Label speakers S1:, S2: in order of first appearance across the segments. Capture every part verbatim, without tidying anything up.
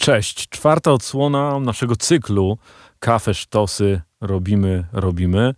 S1: Cześć, czwarta odsłona naszego cyklu Kafe, sztosy, robimy, robimy.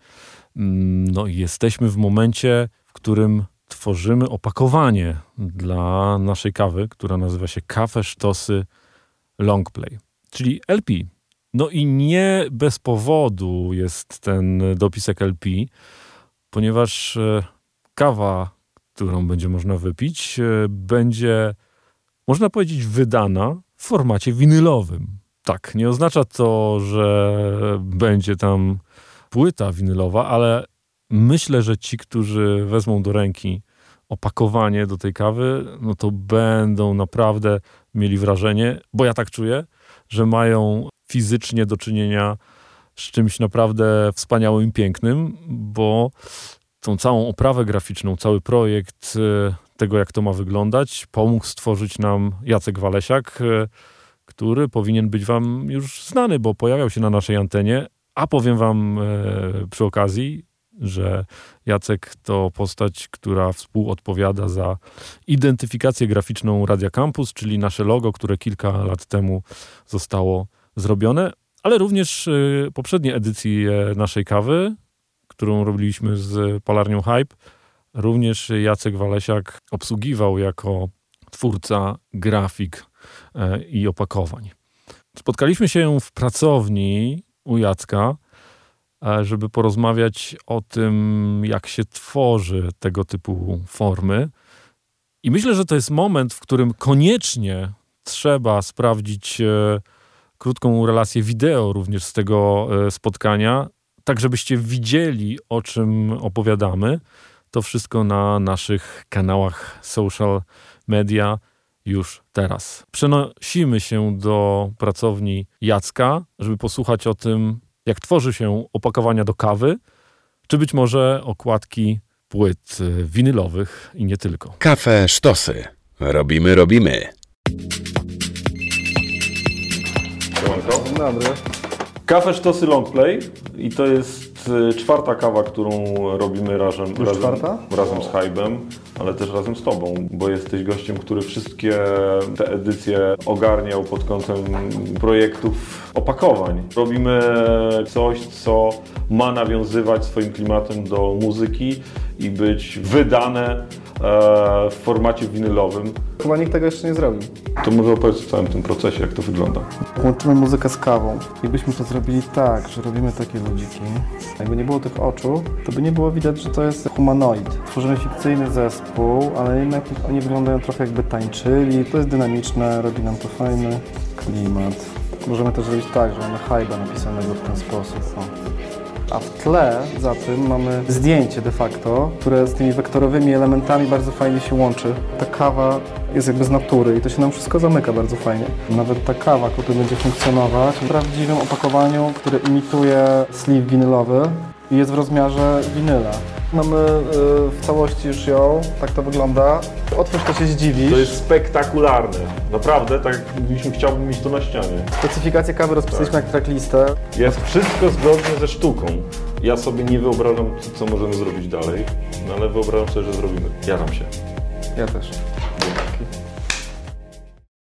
S1: No i jesteśmy w momencie, w którym tworzymy opakowanie dla naszej kawy, która nazywa się Kafe, sztosy, Longplay, czyli L P. No i nie bez powodu jest ten dopisek L P, ponieważ kawa, którą będzie można wypić, będzie, można powiedzieć, wydana w formacie winylowym. Tak, nie oznacza to, że będzie tam płyta winylowa, ale myślę, że ci, którzy wezmą do ręki opakowanie do tej kawy, no to będą naprawdę mieli wrażenie, bo ja tak czuję, że mają fizycznie do czynienia z czymś naprawdę wspaniałym i pięknym, bo tą całą oprawę graficzną, cały projekt tego, jak to ma wyglądać, pomógł stworzyć nam Jacek Walesiak, który powinien być wam już znany, bo pojawiał się na naszej antenie, a powiem wam przy okazji, że Jacek to postać, która współodpowiada za identyfikację graficzną Radia Campus, czyli nasze logo, które kilka lat temu zostało zrobione, ale również poprzednie edycje naszej kawy, którą robiliśmy z Palarnią Hype, również Jacek Walesiak obsługiwał jako twórca grafik i opakowań. Spotkaliśmy się w pracowni u Jacka, żeby porozmawiać o tym, jak się tworzy tego typu formy. I myślę, że to jest moment, w którym koniecznie trzeba sprawdzić krótką relację wideo również z tego spotkania, tak żebyście widzieli, o czym opowiadamy. To wszystko na naszych kanałach social media już teraz. Przenosimy się do pracowni Jacka, żeby posłuchać o tym, jak tworzy się opakowania do kawy, czy być może okładki płyt winylowych i nie tylko.
S2: Kafe, sztosy. Robimy, robimy.
S1: Dzień dobry. Kafe, sztosy, Longplay i to jest czwarta kawa, którą robimy razem, razem, razem z Hype'em, ale też razem z Tobą, bo jesteś gościem, który wszystkie te edycje ogarniał pod kątem projektów opakowań. Robimy coś, co ma nawiązywać swoim klimatem do muzyki i być wydane w formacie winylowym.
S3: Chyba nikt tego jeszcze nie zrobił.
S1: To może opowiedz o całym tym procesie, jak to wygląda.
S3: Łączymy muzykę z kawą. Jakbyśmy to zrobili tak, że robimy takie ludziki, jakby nie było tych oczu, to by nie było widać, że to jest humanoid. Tworzymy fikcyjny zespół, ale jednak oni wyglądają trochę jakby tańczyli. To jest dynamiczne, robi nam to fajny klimat. Możemy też zrobić tak, że mamy Hype'a napisanego w ten sposób. O. A w tle za tym mamy zdjęcie de facto, które z tymi wektorowymi elementami bardzo fajnie się łączy. Ta kawa jest jakby z natury i to się nam wszystko zamyka bardzo fajnie. Nawet ta kawa, która będzie funkcjonować w prawdziwym opakowaniu, które imituje sleeve winylowy i jest w rozmiarze winyla. Mamy yy, w całości już ją, tak to wygląda. Otwórz, to się zdziwisz.
S1: To jest spektakularne. Naprawdę, tak jakbyśmy chciałbym mieć to na ścianie.
S3: Specyfikację kawy rozpisaliśmy tak. Jak tracklistę.
S1: Jest wszystko zgodnie ze sztuką. Ja sobie nie wyobrażam, co możemy zrobić dalej, no ale wyobrażam sobie, że zrobimy. Jaram się.
S3: Ja też.